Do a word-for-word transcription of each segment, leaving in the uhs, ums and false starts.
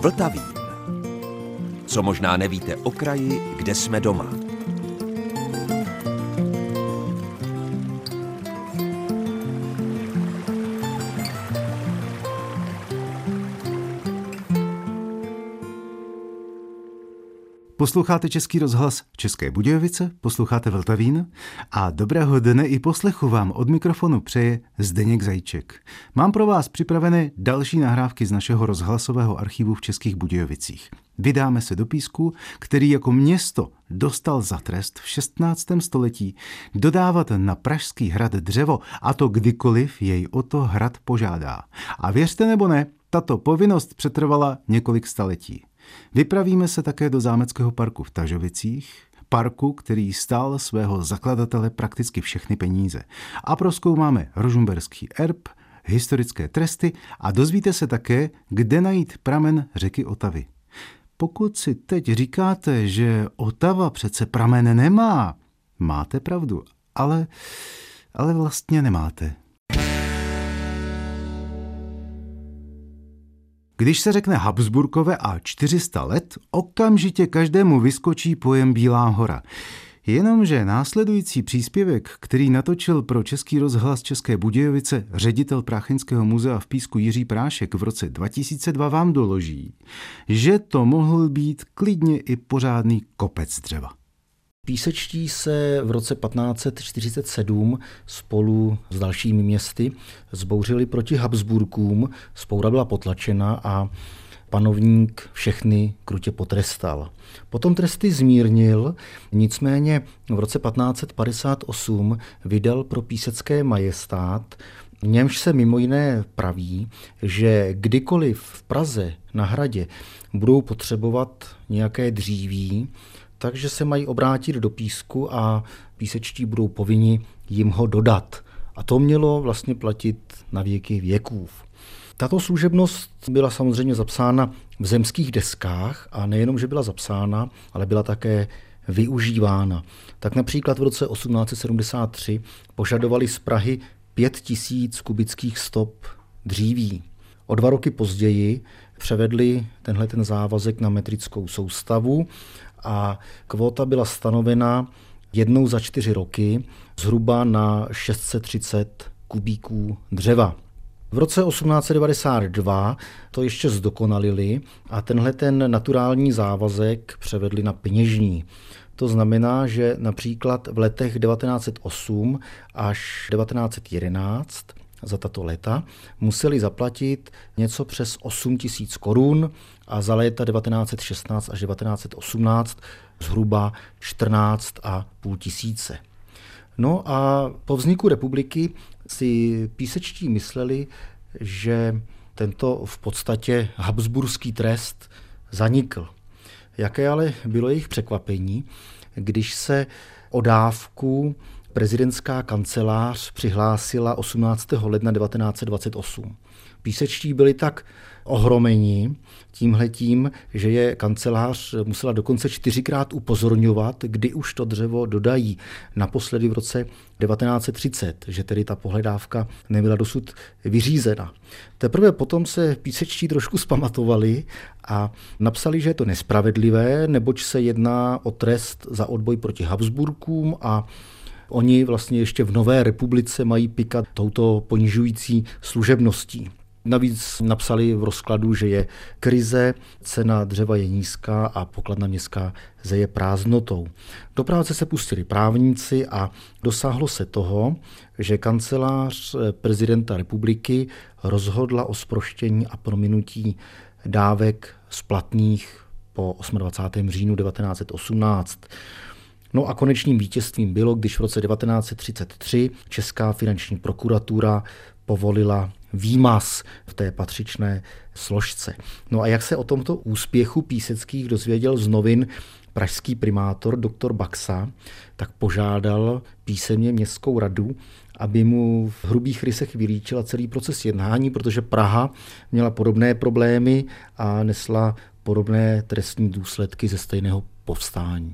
Vltavín. Co možná nevíte o kraji, kde jsme doma. Posloucháte Český rozhlas České Budějovice, posloucháte Vltavín a dobrého dne i poslechu vám od mikrofonu přeje Zdeněk Zajíček. Mám pro vás připravené další nahrávky z našeho rozhlasového archivu v Českých Budějovicích. Vydáme se do Písku, který jako město dostal za trest v šestnáctém století dodávat na Pražský hrad dřevo, a to kdykoliv jej o to hrad požádá. A věřte nebo ne, tato povinnost přetrvala několik staletí. Vypravíme se také do zámeckého parku v Tažovicích, parku, který stál svého zakladatele prakticky všechny peníze. A prozkoumáme rožmberský erb, historické tresty a dozvíte se také, kde najít pramen řeky Otavy. Pokud si teď říkáte, že Otava přece pramen nemá, máte pravdu, ale, ale vlastně nemáte. Když se řekne Habsburkové a čtyři sta let, okamžitě každému vyskočí pojem Bílá hora. Jenomže následující příspěvek, který natočil pro Český rozhlas České Budějovice ředitel Prácheňského muzea v Písku Jiří Prášek v roce dva tisíce dva, vám doloží, že to mohl být klidně i pořádný kopec dřeva. Písečtí se v roce patnáct set čtyřicet sedm spolu s dalšími městy zbouřili proti Habsburkům, vzpoura byla potlačena a panovník všechny krutě potrestal. Potom tresty zmírnil, nicméně v roce patnáct set padesát osm vydal pro písecké majestát, v němž se mimo jiné praví, že kdykoliv v Praze na hradě budou potřebovat nějaké dříví, takže se mají obrátit do Písku a písečtí budou povinni jim ho dodat. A to mělo vlastně platit na věky věků. Tato služebnost byla samozřejmě zapsána v zemských deskách a nejenom, že byla zapsána, ale byla také využívána. Tak například v roce osmnáct set sedmdesát tři požadovali z Prahy pět tisíc kubických stop dříví. O dva roky později převedli tenhle ten závazek na metrickou soustavu a kvóta byla stanovena jednou za čtyři roky zhruba na šest set třicet kubíků dřeva. V roce osmnáct set devadesát dva to ještě zdokonalili a tenhle ten naturální závazek převedli na peněžní. To znamená, že například v letech devatenáct set osm až devatenáct set jedenáct za tato léta museli zaplatit něco přes osm tisíc korun a za léta devatenáct set šestnáct až devatenáct set osmnáct zhruba čtrnáct a půl tisíce. No a po vzniku republiky si písečtí mysleli, že tento v podstatě habsburský trest zanikl. Jaké ale bylo jejich překvapení, když se o dávku prezidentská kancelář přihlásila osmnáctého ledna devatenáct set dvacet osm. Písečtí byli tak ohromeni tímhletím, že je kancelář musela dokonce čtyřikrát upozorňovat, kdy už to dřevo dodají. Naposledy v roce devatenáct set třicet, že tedy ta pohledávka nebyla dosud vyřízena. Teprve potom se písečtí trošku zpamatovali a napsali, že je to nespravedlivé, neboť se jedná o trest za odboj proti Habsburkům a oni vlastně ještě v Nové republice mají pikat touto ponižující služebností. Navíc napsali v rozkladu, že je krize, cena dřeva je nízká a pokladna městská zeje prázdnotou. Do práce se pustili právníci a dosáhlo se toho, že kancelář prezidenta republiky rozhodla o zproštění a prominutí dávek splatných po dvacátého osmého října devatenáct set osmnáct. No a konečným vítězstvím bylo, když v roce devatenáct set třicet tři Česká finanční prokuratura povolila výmaz v té patřičné složce. No a jak se o tomto úspěchu píseckých dozvěděl z novin pražský primátor doktor Baxa, tak požádal písemně městskou radu, aby mu v hrubých rysech vylíčila celý proces jednání, protože Praha měla podobné problémy a nesla podobné trestní důsledky ze stejného povstání.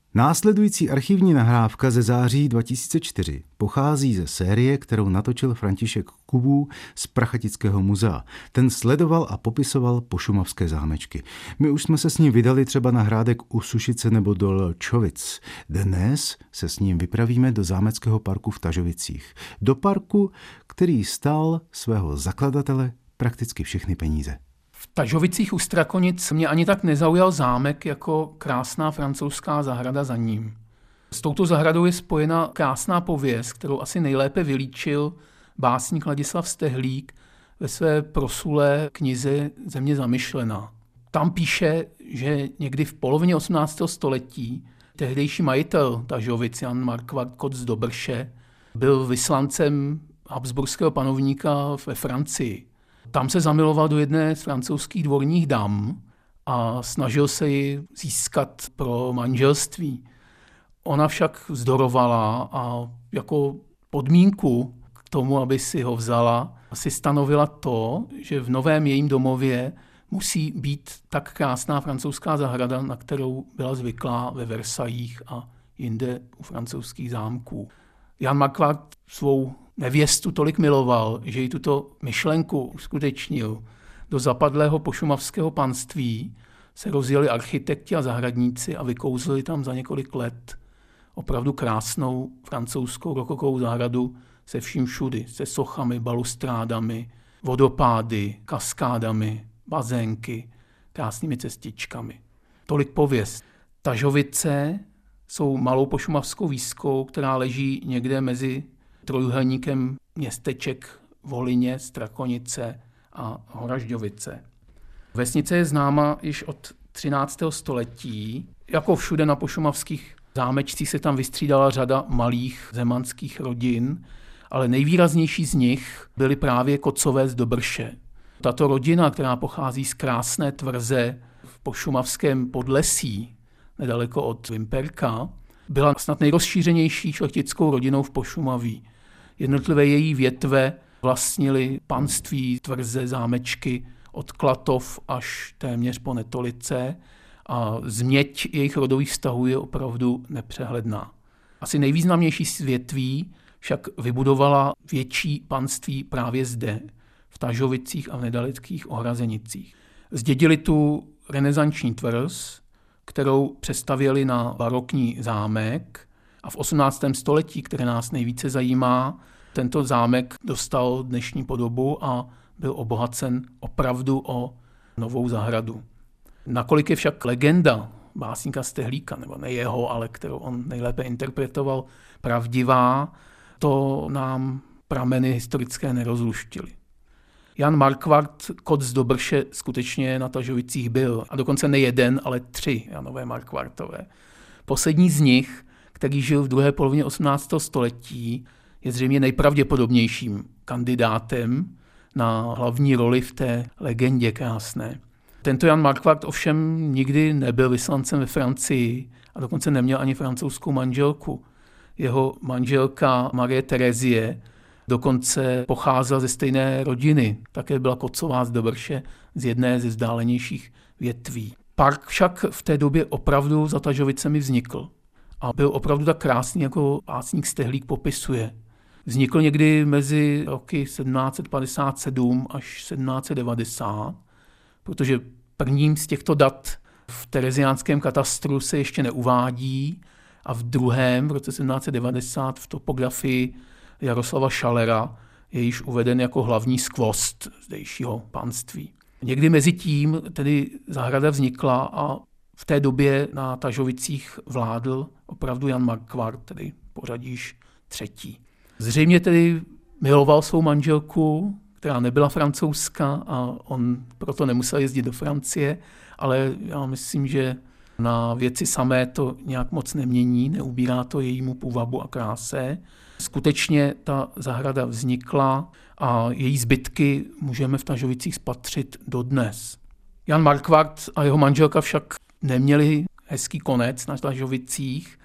Následující archivní nahrávka ze září dva tisíce čtyři pochází ze série, kterou natočil František Kubů z Prachatického muzea. Ten sledoval a popisoval pošumavské zámečky. My už jsme se s ním vydali třeba na Hrádek u Sušice nebo do Lčovic. Dnes se s ním vypravíme do zámeckého parku v Tažovicích. Do parku, který stál svého zakladatele prakticky všechny peníze. V Tažovicích u Strakonic mě ani tak nezaujal zámek jako krásná francouzská zahrada za ním. S touto zahradou je spojena krásná pověst, kterou asi nejlépe vylíčil básník Ladislav Stehlík ve své proslulé knize Země zamyšlená. Tam píše, že někdy v polovině osmnáctého století tehdejší majitel Tažovic Jan Markvart Kott z Dobrše byl vyslancem habsburského panovníka ve Francii. Tam se zamiloval do jedné z francouzských dvorních dam a snažil se ji získat pro manželství. Ona však vzdorovala a jako podmínku k tomu, aby si ho vzala, si stanovila to, že v novém jejím domově musí být tak krásná francouzská zahrada, na kterou byla zvyklá ve Versajích a jinde u francouzských zámků. Jan Markvart svou nevěstu tolik miloval, že ji tuto myšlenku uskutečnil. Do zapadlého pošumavského panství se rozjeli architekti a zahradníci a vykouzlili tam za několik let opravdu krásnou francouzskou rokokovou zahradu se vším všudy, se sochami, balustrádami, vodopády, kaskádami, bazénky, krásnými cestičkami. Tolik pověst. Tažovice jsou malou pošumavskou výskou, která leží někde mezi trojúhelníkem městeček Volině, Strakonice a Horažďovice. Vesnice je známa již od třináctého století. Jako všude na pošumavských zámečcích se tam vystřídala řada malých zemanských rodin, ale nejvýraznější z nich byly právě Kotzové z Dobrše. Tato rodina, která pochází z krásné tvrze v pošumavském Podlesí, nedaleko od Vimperka, byla snad nejrozšířenější šlechtickou rodinou v Pošumaví. Jednotlivé její větve vlastnily panství, tvrze, zámečky od Klatov až téměř po Netolice a změť jejich rodových vztahů je opravdu nepřehledná. Asi nejvýznamnější z větví však vybudovala větší panství právě zde, v Tažovicích a v nedaleckých Ohrazenicích. Zdědili tu renesanční tvrz, kterou přestavěli na barokní zámek a v osmnáctém století, které nás nejvíce zajímá, tento zámek dostal dnešní podobu a byl obohacen opravdu o novou zahradu. Nakolik je však legenda básníka Stehlíka, nebo ne jeho, ale kterou on nejlépe interpretoval, pravdivá, to nám prameny historické nerozluštily. Jan Markvart Kott z Dobrše skutečně na Tažovicích byl. A dokonce ne jeden, ale tři Janové Markvartové. Poslední z nich, který žil v druhé polovině osmnáctého století, je zřejmě nejpravděpodobnějším kandidátem na hlavní roli v té legendě krásné. Tento Jan Markvart ovšem nikdy nebyl vyslancem ve Francii a dokonce neměl ani francouzskou manželku. Jeho manželka Marie Terezie dokonce pocházela ze stejné rodiny, také byla Kotzová z Dobrše, z jedné ze vzdálenějších větví. Park však v té době opravdu za Tažovicemi vznikl a byl opravdu tak krásný, jako básník Stehlík popisuje. Vznikl někdy mezi roky sedmnáct set padesát sedm až sedmnáct set devadesát, protože prvním z těchto dat v tereziánském katastru se ještě neuvádí a v druhém, v roce sedmnáct set devadesát, v topografii Jaroslava Šalera je již uveden jako hlavní skvost zdejšího panství. Někdy mezi tím tedy zahrada vznikla a v té době na Tažovicích vládl opravdu Jan Markvart, tedy pořadíž třetí. Zřejmě tedy miloval svou manželku, která nebyla francouzská a on proto nemusel jezdit do Francie, ale já myslím, že na věci samé to nějak moc nemění, neubírá to jejímu půvabu a kráse. Skutečně ta zahrada vznikla a její zbytky můžeme v Tažovicích spatřit dodnes. Jan Markvart a jeho manželka však neměli hezký konec na Tažovicích.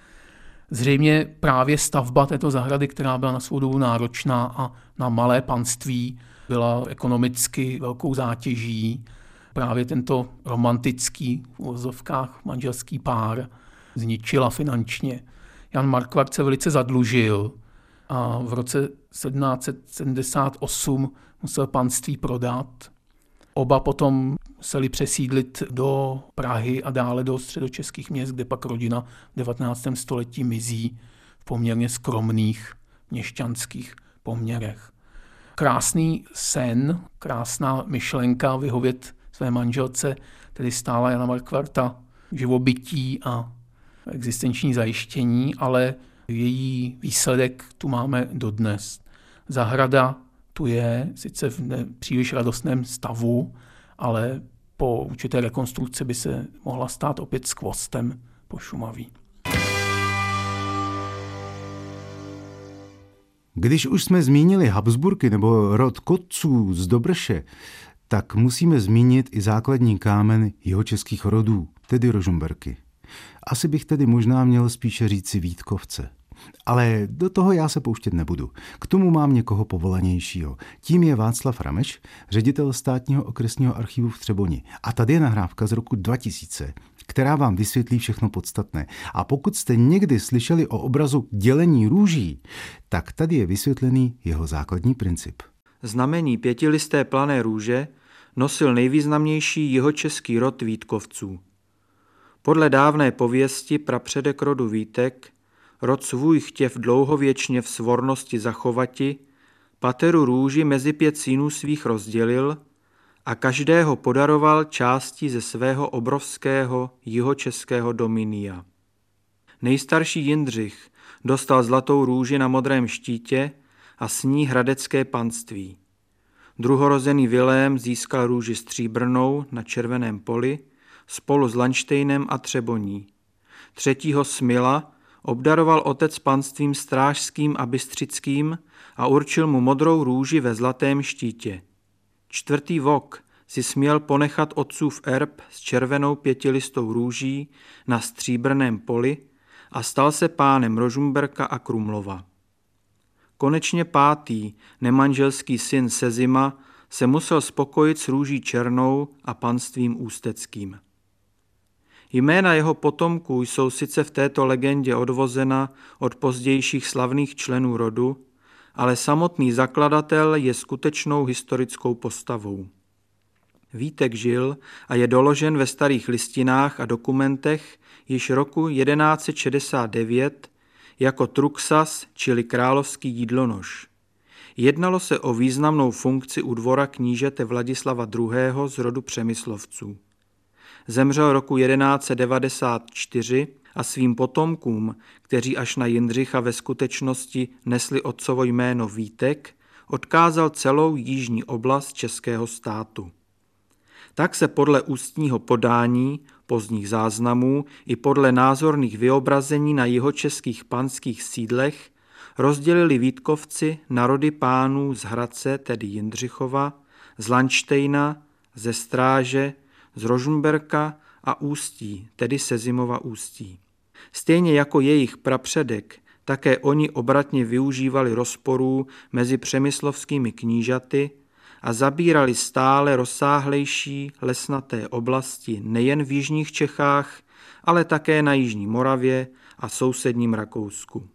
Zřejmě právě stavba této zahrady, která byla na svou dobu náročná a na malé panství, byla ekonomicky velkou zátěží. Právě tento romantický v uvozovkách manželský pár zničila finančně. Jan Markvart se velice zadlužil a v roce sedmnáct set sedmdesát osm musel panství prodat. Oba potom museli přesídlit do Prahy a dále do středočeských měst, kde pak rodina v devatenáctém století mizí v poměrně skromných měšťanských poměrech. Krásný sen, krásná myšlenka vyhovět své manželce, tedy stála Jana Markvarta živobytí a existenční zajištění, ale její výsledek tu máme dodnes. Zahrada tu je, sice v nepříliš radostném stavu, ale po určité rekonstrukci by se mohla stát opět skvostem po Šumaví. Když už jsme zmínili Habsburky nebo rod Kottců z Dobrše, tak musíme zmínit i základní kámen jihočeských rodů, tedy Rožmberky. Asi bych tedy možná měl spíše říci Vítkovce. Ale do toho já se pouštět nebudu. K tomu mám někoho povolanějšího. Tím je Václav Rameš, ředitel státního okresního archivu v Třeboni. A tady je nahrávka z roku dva tisíce, která vám vysvětlí všechno podstatné. A pokud jste někdy slyšeli o obrazu dělení růží, tak tady je vysvětlený jeho základní princip. Znamení pětilisté plané růže nosil nejvýznamnější jihočeský rod Vítkovců. Podle dávné pověsti prapředek rodu Vítek rod svůj chtěv dlouhověčně v svornosti zachovati, pateru růži mezi pět synů svých rozdělil a každého podaroval části ze svého obrovského jihočeského dominia. Nejstarší Jindřich dostal zlatou růži na modrém štítě a s ní hradecké panství. Druhorozený Vilém získal růži stříbrnou na červeném poli spolu s Lanštejnem a Třeboní. Třetího Smila obdaroval otec panstvím strážským a bystřickým a určil mu modrou růži ve zlatém štítě. Čtvrtý Vok si směl ponechat otcův erb s červenou pětilistou růží na stříbrném poli a stal se pánem Rožmberka a Krumlova. Konečně pátý, nemanželský syn Sezima, se musel spokojit s růží černou a panstvím ústeckým. Jména jeho potomků jsou sice v této legendě odvozena od pozdějších slavných členů rodu, ale samotný zakladatel je skutečnou historickou postavou. Vítek žil a je doložen ve starých listinách a dokumentech již roku jedenáct set šedesát devět jako Truxas, čili královský jídlonoš. Jednalo se o významnou funkci u dvora knížete Vladislava druhého. z rodu Přemyslovců. Zemřel roku jedenáct set devadesát čtyři a svým potomkům, kteří až na Jindřicha ve skutečnosti nesli otcovo jméno Vítek, odkázal celou jižní oblast českého státu. Tak se podle ústního podání, pozdních záznamů i podle názorných vyobrazení na jihočeských panských sídlech rozdělili Vítkovci na rody pánů z Hradce, tedy Jindřichova, z Lanštejna, ze Stráže, z Rožmberka a Ústí, tedy Sezimova Ústí. Stejně jako jejich prapředek, také oni obratně využívali rozporů mezi přemyslovskými knížaty a zabírali stále rozsáhlejší lesnaté oblasti nejen v jižních Čechách, ale také na jižní Moravě a sousedním Rakousku.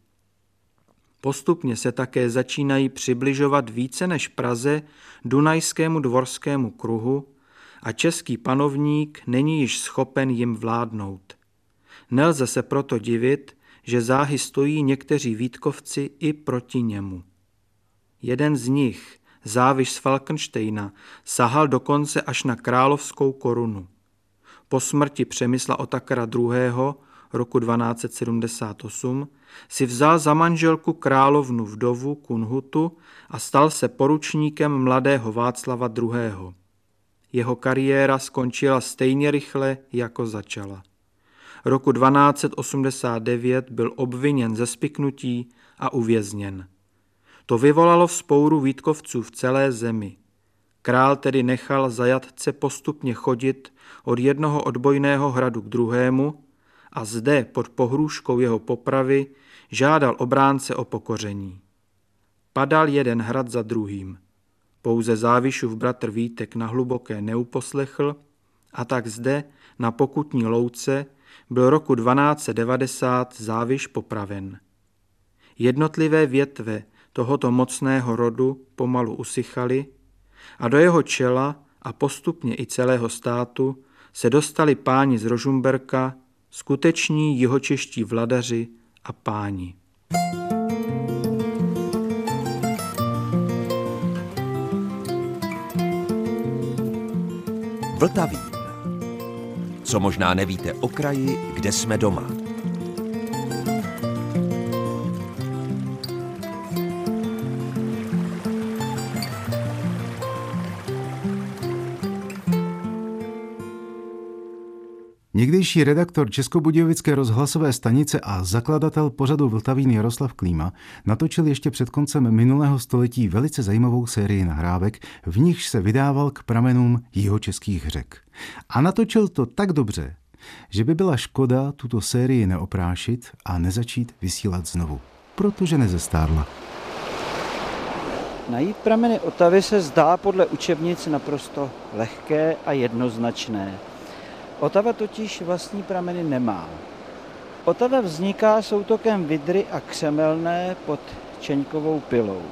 Postupně se také začínají přibližovat více než Praze Dunajskému dvorskému kruhu a český panovník není již schopen jim vládnout. Nelze se proto divit, že záhy stojí někteří Vítkovci i proti němu. Jeden z nich, Záviš z Falkenštejna, sahal dokonce až na královskou korunu. Po smrti Přemysla Otakara druhého. roku dvanáct set sedmdesát osm si vzal za manželku královnu vdovu Kunhutu a stal se poručníkem mladého Václava druhého. Jeho kariéra skončila stejně rychle, jako začala. Roku dvanáct set osmdesát devět byl obviněn ze spiknutí a uvězněn. To vyvolalo vzpouru Vítkovců v celé zemi. Král tedy nechal zajatce postupně chodit od jednoho odbojného hradu k druhému a zde pod pohrůžkou jeho popravy žádal obránce o pokoření. Padal jeden hrad za druhým. Pouze Závišův bratr Vítek na Hluboké neuposlechl a tak zde na Pokutní louce byl roku dvanáct set devadesát záviš popraven. Jednotlivé větve tohoto mocného rodu pomalu usychaly a do jeho čela a postupně i celého státu se dostali páni z Rožumberka, skuteční jihočeští vladaři a páni. Vltavín. Co možná nevíte o kraji, kde jsme doma. Někdejší redaktor Českobudějovické rozhlasové stanice a zakladatel pořadu Vltavín Jaroslav Klíma natočil ještě před koncem minulého století velice zajímavou sérii nahrávek, v nichž se vydával k pramenům jihočeských řek. A natočil to tak dobře, že by byla škoda tuto sérii neoprášit a nezačít vysílat znovu, protože nezestárla. Najít prameny Otavy se zdá podle učebnic naprosto lehké a jednoznačné. Otava totiž vlastní prameny nemá. Otava vzniká soutokem Vydry a Křemelné pod Čeňkovou Pilou.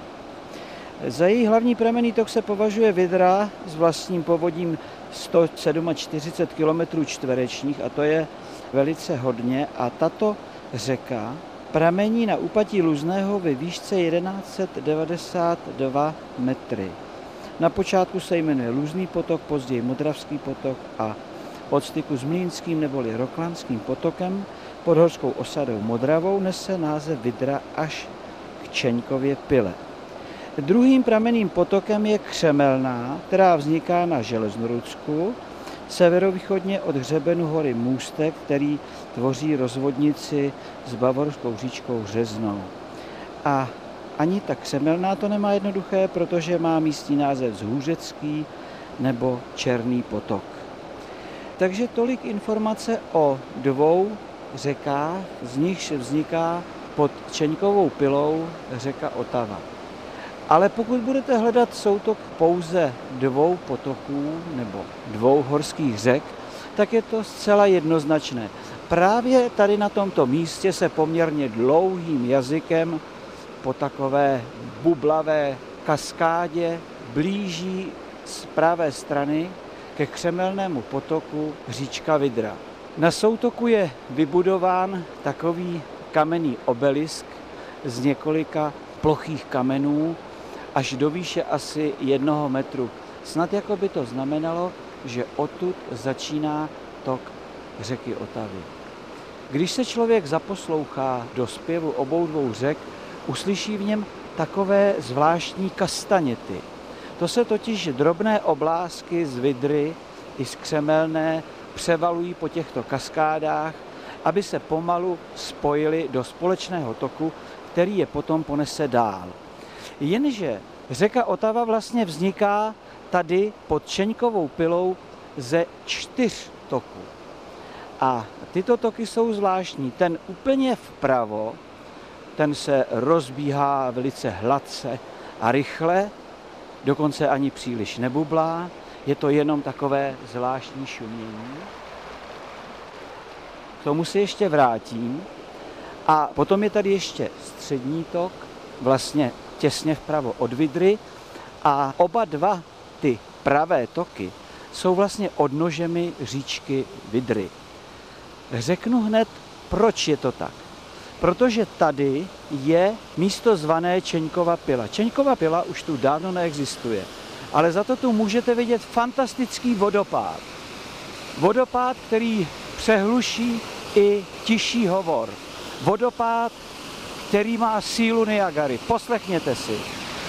Za její hlavní pramenný tok se považuje Vydra s vlastním povodím sto čtyřicet sedm kilometrů čtverečních a to je velice hodně. A tato řeka pramení na úpatí Luzného ve výšce tisíc sto devadesát dva metry. Na počátku se jmenuje Luzný potok, později Modravský potok a od styku s Mlýnským neboli Roklanským potokem pod horskou osadou Modravou nese název Vydra až k Čeňkově Pile. Druhým pramenným potokem je Křemelná, která vzniká na Železnorudsku, severovýchodně od hřebenu hory Můstek, který tvoří rozvodnici s bavorskou říčkou Řeznou. A ani ta Křemelná to nemá jednoduché, protože má místní název Zhůřecký nebo Černý potok. Takže tolik informace o dvou řekách, z nichž vzniká pod Čeňkovou Pilou řeka Otava. Ale pokud budete hledat soutok pouze dvou potoků nebo dvou horských řek, tak je to zcela jednoznačné. Právě tady na tomto místě se poměrně dlouhým jazykem po takové bublavé kaskádě blíží z pravé strany ke Křemelnému potoku říčka Vydra. Na soutoku je vybudován takový kamenný obelisk z několika plochých kamenů až do výše asi jednoho metru. Snad jako by to znamenalo, že odtud začíná tok řeky Otavy. Když se člověk zaposlouchá do zpěvu obou dvou řek, uslyší v něm takové zvláštní kastaněty. To se totiž drobné oblásky z Vydry i z Křemelné převalují po těchto kaskádách, aby se pomalu spojily do společného toku, který je potom ponese dál. Jenže řeka Otava vlastně vzniká tady pod Čeňkovou Pilou ze čtyř toků. A tyto toky jsou zvláštní. Ten úplně vpravo, ten se rozbíhá velice hladce a rychle, dokonce ani příliš nebublá, je to jenom takové zvláštní šumění. K tomu se ještě vrátím. A potom je tady ještě střední tok, vlastně těsně vpravo od Vydry a oba dva ty pravé toky jsou vlastně odnožemi říčky Vydry. Řeknu hned, proč je to tak. Protože tady je místo zvané Čeňkova Pila. Čeňkova Pila už tu dávno neexistuje, ale za to tu můžete vidět fantastický vodopád. Vodopád, který přehluší i tiší hovor. Vodopád, který má sílu Niagary. Poslechněte si.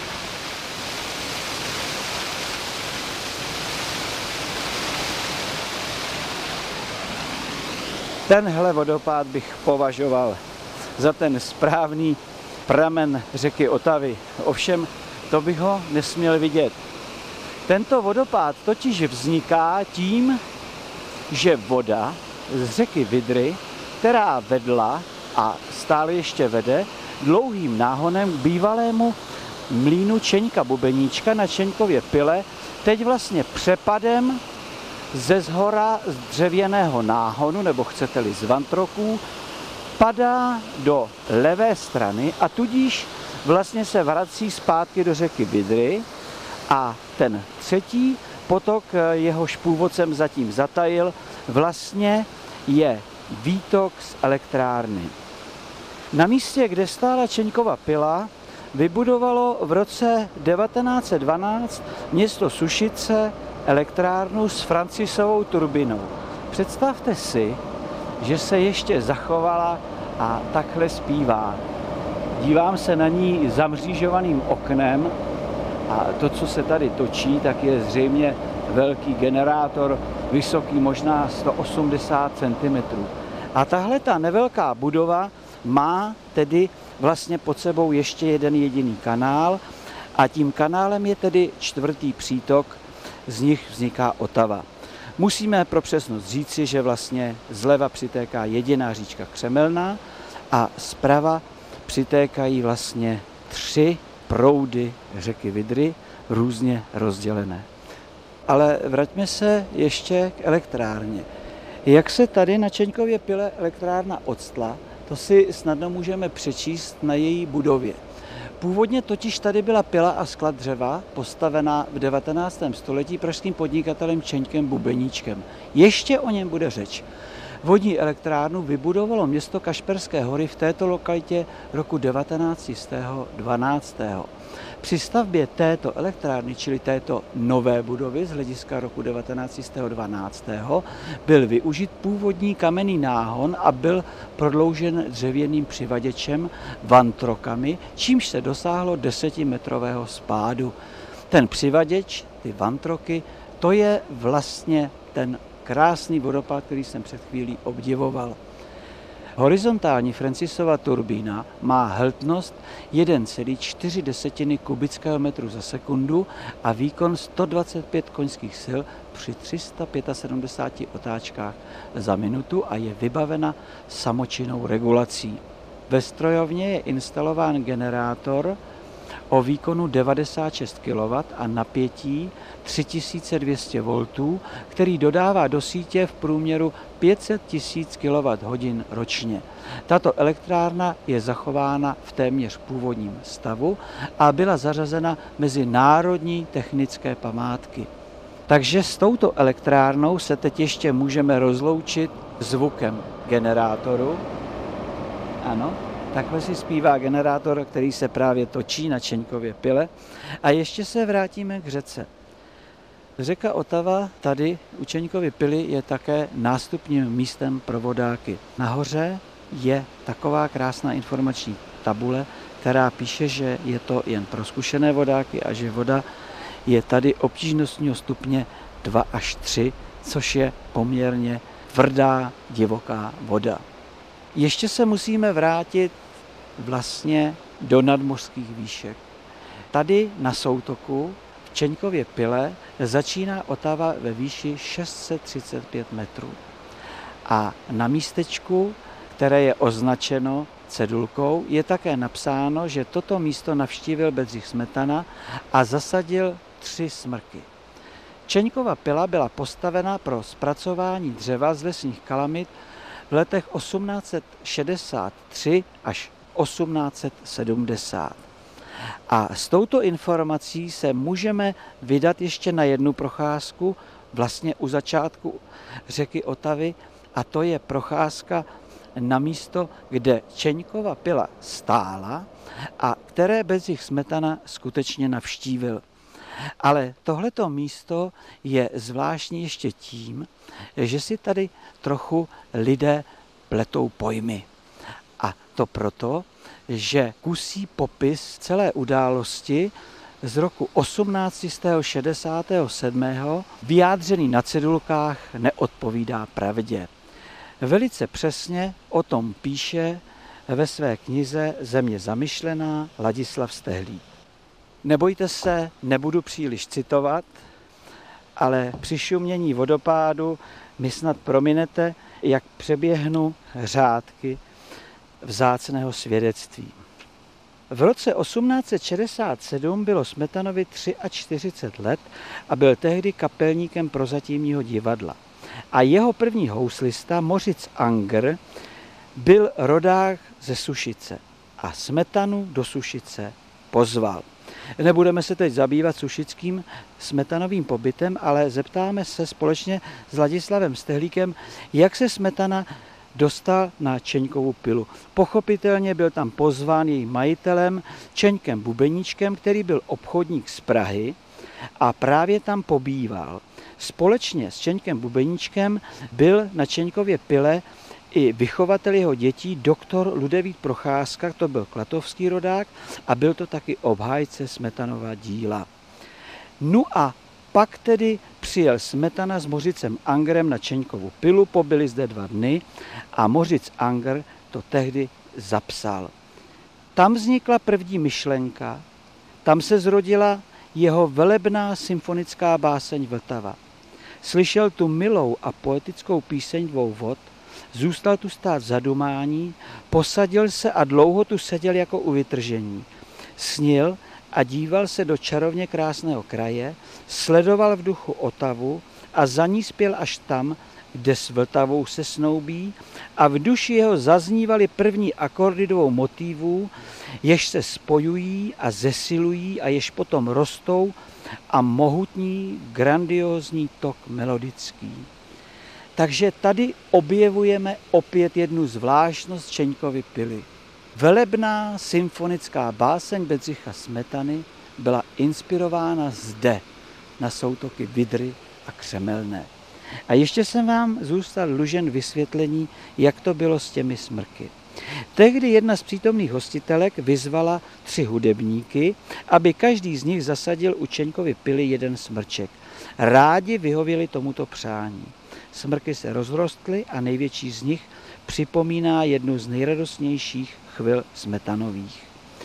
Tenhle vodopád bych považoval za ten správný pramen řeky Otavy. Ovšem, to bych ho nesměl vidět. Tento vodopád totiž vzniká tím, že voda z řeky Vydry, která vedla a stále ještě vede dlouhým náhonem k bývalému mlýnu Čeňka Bubeníčka na Čeňkově Pile, teď vlastně přepadem ze zhora z dřevěného náhonu, nebo chcete-li z vantroků, padá do levé strany a tudíž vlastně se vrací zpátky do řeky Vydry a ten třetí potok, jehož původcem zatím zatajil, vlastně je výtok z elektrárny. Na místě, kde stála Čeňkova pila, vybudovalo v roce devatenáct set dvanáct město Sušice elektrárnu s Francisovou turbinou. Představte si, že se ještě zachovala a takhle zpívá. Dívám se na ní zamřížovaným oknem a to, co se tady točí, tak je zřejmě velký generátor, vysoký možná sto osmdesát centimetrů. A tahle ta nevelká budova má tedy vlastně pod sebou ještě jeden jediný kanál a tím kanálem je tedy čtvrtý přítok, z nich vzniká Otava. Musíme pro přesnost říci, že vlastně zleva přitéká jediná říčka Křemelná a zprava přitékají vlastně tři proudy řeky Vydry, různě rozdělené. Ale vraťme se ještě k elektrárně. Jak se tady na Čeňkově pile elektrárna octla, to si snadno můžeme přečíst na její budově. Původně totiž tady byla pila a sklad dřeva, postavená v devatenáctém století pražským podnikatelem Čeňkem Bubeníčkem. Ještě o něm bude řeč. Vodní elektrárnu vybudovalo město Kašperské Hory v této lokalitě roku devatenáct set dvanáct. Při stavbě této elektrárny, čili této nové budovy z hlediska roku devatenáct set dvanáct, byl využit původní kamenný náhon a byl prodloužen dřevěným přivaděčem, vantrokami, čímž se dosáhlo desetimetrového spádu. Ten přivaděč, ty vantroky, to je vlastně ten krásný vodopád, který jsem před chvílí obdivoval. Horizontální Francisova turbína má hmotnost jedna celá čtyři kubického metru za sekundu a výkon sto dvacet pět koňských sil při tři sta sedmdesát pět otáčkách za minutu a je vybavena samočinnou regulací. Ve strojovně je instalován generátor o výkonu devadesát šest kilowattů a napětí tři tisíce dvě stě voltů, který dodává do sítě v průměru pět set tisíc kilowatthodin ročně. Tato elektrárna je zachována v téměř původním stavu a byla zařazena mezi národní technické památky. Takže s touto elektrárnou se teď ještě můžeme rozloučit zvukem generátoru. Ano. Takhle si zpívá generátor, který se právě točí na Čeňkově pile. A ještě se vrátíme k řece. Řeka Otava tady u Čeňkovy pily je také nástupním místem pro vodáky. Nahoře je taková krásná informační tabule, která píše, že je to jen pro zkušené vodáky a že voda je tady obtížnostního stupně dva až tři, což je poměrně tvrdá, divoká voda. Ještě se musíme vrátit vlastně do nadmořských výšek. Tady na soutoku v Čeňkově pile začíná Otava ve výši šest set třicet pět metrů. A na místečku, které je označeno cedulkou, je také napsáno, že toto místo navštívil Bedřich Smetana a zasadil tři smrky. Čeňkova pila byla postavena pro zpracování dřeva z lesních kalamit v letech osmnáct set šedesát tři až osmnáct set sedmdesát. A s touto informací se můžeme vydat ještě na jednu procházku, vlastně u začátku řeky Otavy, a to je procházka na místo, kde Čeňkova pila stála a které Bedřich Smetana skutečně navštívil. Ale tohleto místo je zvláštní ještě tím, že si tady trochu lidé pletou pojmy. A to proto, že kusí popis celé události z roku osmnáct set šedesát sedm vyjádřený na cedulkách neodpovídá pravdě. Velice přesně o tom píše ve své knize Země zamyšlená Ladislav Stehlík. Nebojte se, nebudu příliš citovat, ale při šumění vodopádu mi snad prominete, jak přeběhnu řádky vzácného svědectví. V roce osmnáct set šedesát sedm bylo Smetanovi čtyřicet tři let a byl tehdy kapelníkem Prozatímního divadla. A jeho první houslista Moritz Anger byl rodák ze Sušice a Smetanu do Sušice pozval. Nebudeme se teď zabývat sušickým Smetanovým pobytem, ale zeptáme se společně s Ladislavem Stehlíkem, jak se Smetana dostal na Čeňkovu pilu. Pochopitelně byl tam pozván jejím majitelem Čeňkem Bubeníčkem, který byl obchodník z Prahy a právě tam pobýval. Společně s Čeňkem Bubeníčkem byl na Čeňkově pile i vychovatel jeho dětí doktor Ludevít Procházka, to byl klatovský rodák a byl to taky obhájce Smetanova díla. No a pak tedy přijel Smetana s Mořicem Angerem na Čeňkovu pilu, pobyli zde dva dny a Moritz Anger to tehdy zapsal. Tam vznikla první myšlenka, tam se zrodila jeho velebná symfonická báseň Vltava. Slyšel tu milou a poetickou píseň dvou vod, zůstal tu stát v zadumání, posadil se a dlouho tu seděl jako u vytržení. Snil a díval se do čarovně krásného kraje, sledoval v duchu Otavu a za ní spěl až tam, kde s Vltavou se snoubí a v duši jeho zaznívaly první akordy dvou motivů, jež se spojují a zesilují a jež potom rostou a mohutní, grandiózní tok melodický. Takže tady objevujeme opět jednu zvláštnost Čeňkovy pily. Velebná symfonická báseň Bedřicha Smetany byla inspirována zde na soutoky Vydry a Křemelné. A ještě jsem vám zůstal dlužen vysvětlení, jak to bylo s těmi smrky. Tehdy jedna z přítomných hostitelek vyzvala tři hudebníky, aby každý z nich zasadil u Čeňkovy pily jeden smrček. Rádi vyhověli tomuto přání. Smrky se rozrostly a největší z nich připomíná jednu z nejradostnějších chvil Smetanových.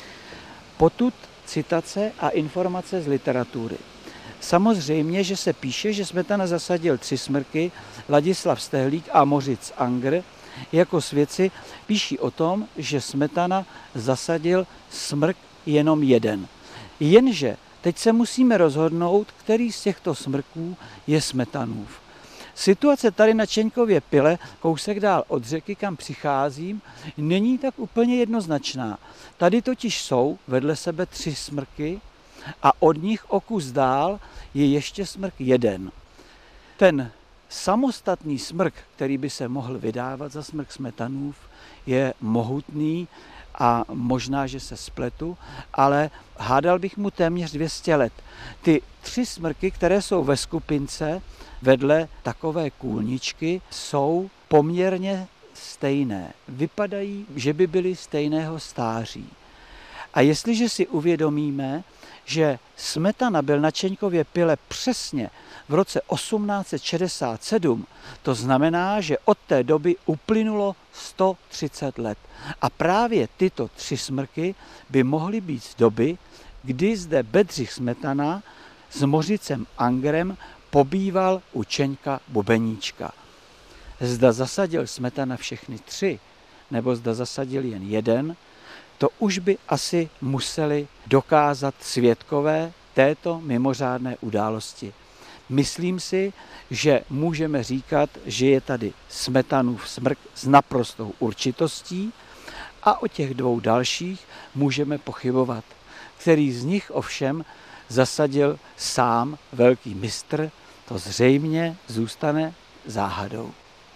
Potud citace a informace z literatury. Samozřejmě, že se píše, že Smetana zasadil tři smrky, Ladislav Stehlík a Moritz Anger jako svědci píší o tom, že Smetana zasadil smrk jenom jeden. Jenže teď se musíme rozhodnout, který z těchto smrků je Smetanův. Situace tady na Čeňkově pile, kousek dál od řeky, kam přicházím, není tak úplně jednoznačná. Tady totiž jsou vedle sebe tři smrky a od nich o kus dál je ještě smrk jeden. Ten samostatný smrk, který by se mohl vydávat za smrk Smetanův, je mohutný a možná, že se spletu, ale hádal bych mu téměř dvě stě let. Ty tři smrky, které jsou ve skupince vedle takové kůlničky, jsou poměrně stejné. Vypadají, že by byly stejného stáří. A jestliže si uvědomíme, že Smetana byl na Čeňkově pile přesně v roce osmnáct set šedesát sedm, to znamená, že od té doby uplynulo sto třicet let. A právě tyto tři smrky by mohly být z doby, kdy zde Bedřich Smetana s Mořicem Angerem pobýval u Čeňka Bubeníčka. Zda zasadil Smetana všechny tři, nebo zda zasadil jen jeden, to už by asi museli dokázat svědkové této mimořádné události. Myslím si, že můžeme říkat, že je tady Smetanův smrk s naprostou určitostí a o těch dvou dalších můžeme pochybovat. Který z nich ovšem zasadil sám velký mistr, to zřejmě zůstane záhadou.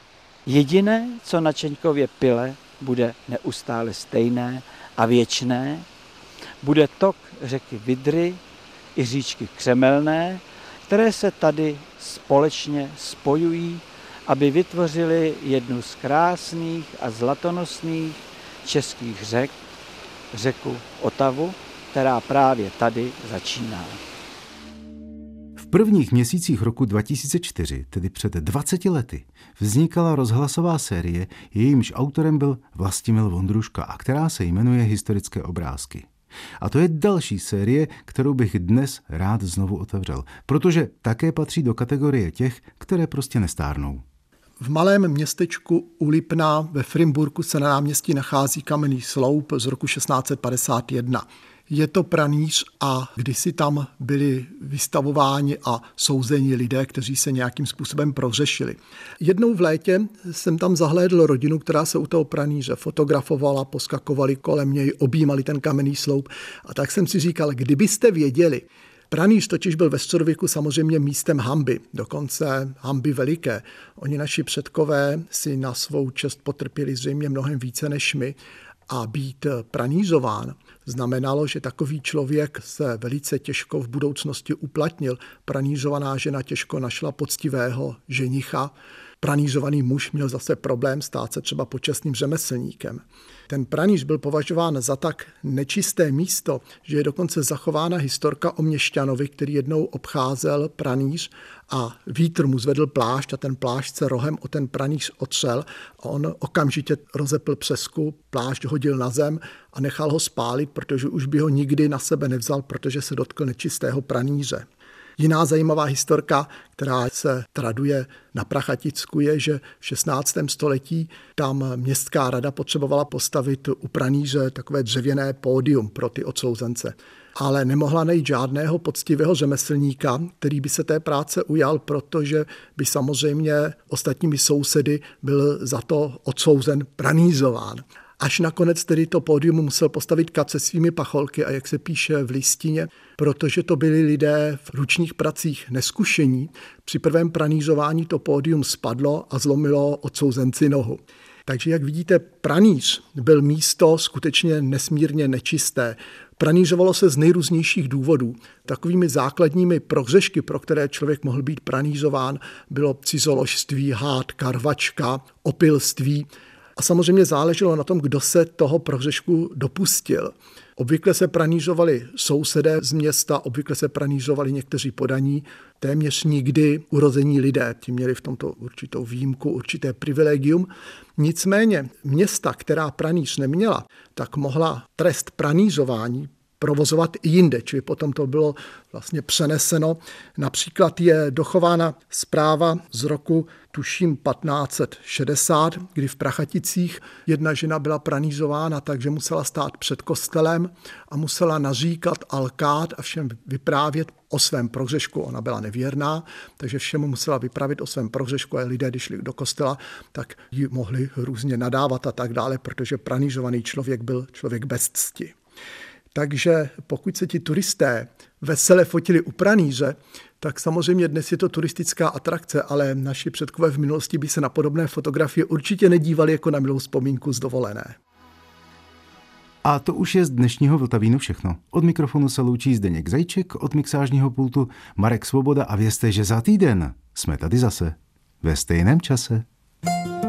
Jediné, co na Čeňkově pile bude neustále stejné a věčné, bude tok řeky Vydry i říčky Křemelné, které se tady společně spojují, aby vytvořili jednu z krásných a zlatonosných českých řek, řeku Otavu, která právě tady začíná. V prvních měsících roku dva tisíce čtyři, tedy před dvaceti lety, vznikala rozhlasová série, jejímž autorem byl Vlastimil Vondruška a která se jmenuje Historické obrázky. A to je další série, kterou bych dnes rád znovu otevřel, protože také patří do kategorie těch, které prostě nestárnou. V malém městečku u Lipna ve Frimburku se na náměstí nachází kamenný sloup z roku šestnáct set padesát jedna. Je to pranýř a kdysi tam byli vystavováni a souzeni lidé, kteří se nějakým způsobem prohřešili. Jednou v létě jsem tam zahlédl rodinu, která se u toho pranýře fotografovala, poskakovali kolem něj, objímali ten kamenný sloup a tak jsem si říkal, kdybyste věděli, pranýř totiž byl ve středověku samozřejmě místem hanby, dokonce hanby veliké. Oni naši předkové si na svou čest potrpěli zřejmě mnohem více než my a být pranířován znamenalo, že takový člověk se velice těžko v budoucnosti uplatnil. Pranířovaná žena těžko našla poctivého ženicha. Pranířovaný muž měl zase problém stát se třeba počestným řemeslníkem. Ten pranýř byl považován za tak nečisté místo, že je dokonce zachována historka o měšťanovi, který jednou obcházel pranýř a vítr mu zvedl plášť a ten plášť se rohem o ten pranýř otřel a on okamžitě rozepl přesku, plášť hodil na zem a nechal ho spálit, protože už by ho nikdy na sebe nevzal, protože se dotkl nečistého pranýře. Jiná zajímavá historka, která se traduje na Prachaticku, je, že v šestnáctém století tam městská rada potřebovala postavit u pranýře takové dřevěné pódium pro ty odsouzence. Ale nemohla najít žádného poctivého řemeslníka, který by se té práce ujal, protože by samozřejmě ostatními sousedy byl za to odsouzen pranýřován. Až nakonec tedy to pódium musel postavit kat se svými pacholky a jak se píše v listině, protože to byli lidé v ručních pracích neskušení, při prvém pranýřování to pódium spadlo a zlomilo odsouzenci nohu. Takže jak vidíte, pranýř byl místo skutečně nesmírně nečisté. Pranýřovalo se z nejrůznějších důvodů. Takovými základními prohřešky, pro které člověk mohl být pranýřován, bylo cizoložství, hádka, rvačka, opilství. A samozřejmě záleželo na tom, kdo se toho prohřešku dopustil. Obvykle se pranýřovali sousedé z města, obvykle se pranýřovali někteří podaní, téměř nikdy urození lidé, ti měli v tomto určitou výjimku, určité privilegium. Nicméně města, která pranýř neměla, tak mohla trest pranýřování provozovat i jinde, čili potom to bylo vlastně přeneseno. Například je dochována zpráva z roku, tuším, patnáct set šedesát, kdy v Prachaticích jedna žena byla pranýřována, takže musela stát před kostelem a musela naříkat alkát a všem vyprávět o svém prohřešku. Ona byla nevěrná, takže všemu musela vyprávět o svém prohřešku a lidé, když šli do kostela, tak ji mohli různě nadávat a tak dále, protože pranýřovaný člověk byl člověk bez cti. Takže pokud se ti turisté vesele fotili u pranýře, tak samozřejmě dnes je to turistická atrakce, ale naši předkové v minulosti by se na podobné fotografie určitě nedívali jako na milou vzpomínku z dovolené. A to už je z dnešního Vltavínu všechno. Od mikrofonu se loučí Zdeněk Zajíček, od mixážního pultu Marek Svoboda a vězte, že za týden jsme tady zase ve stejném čase.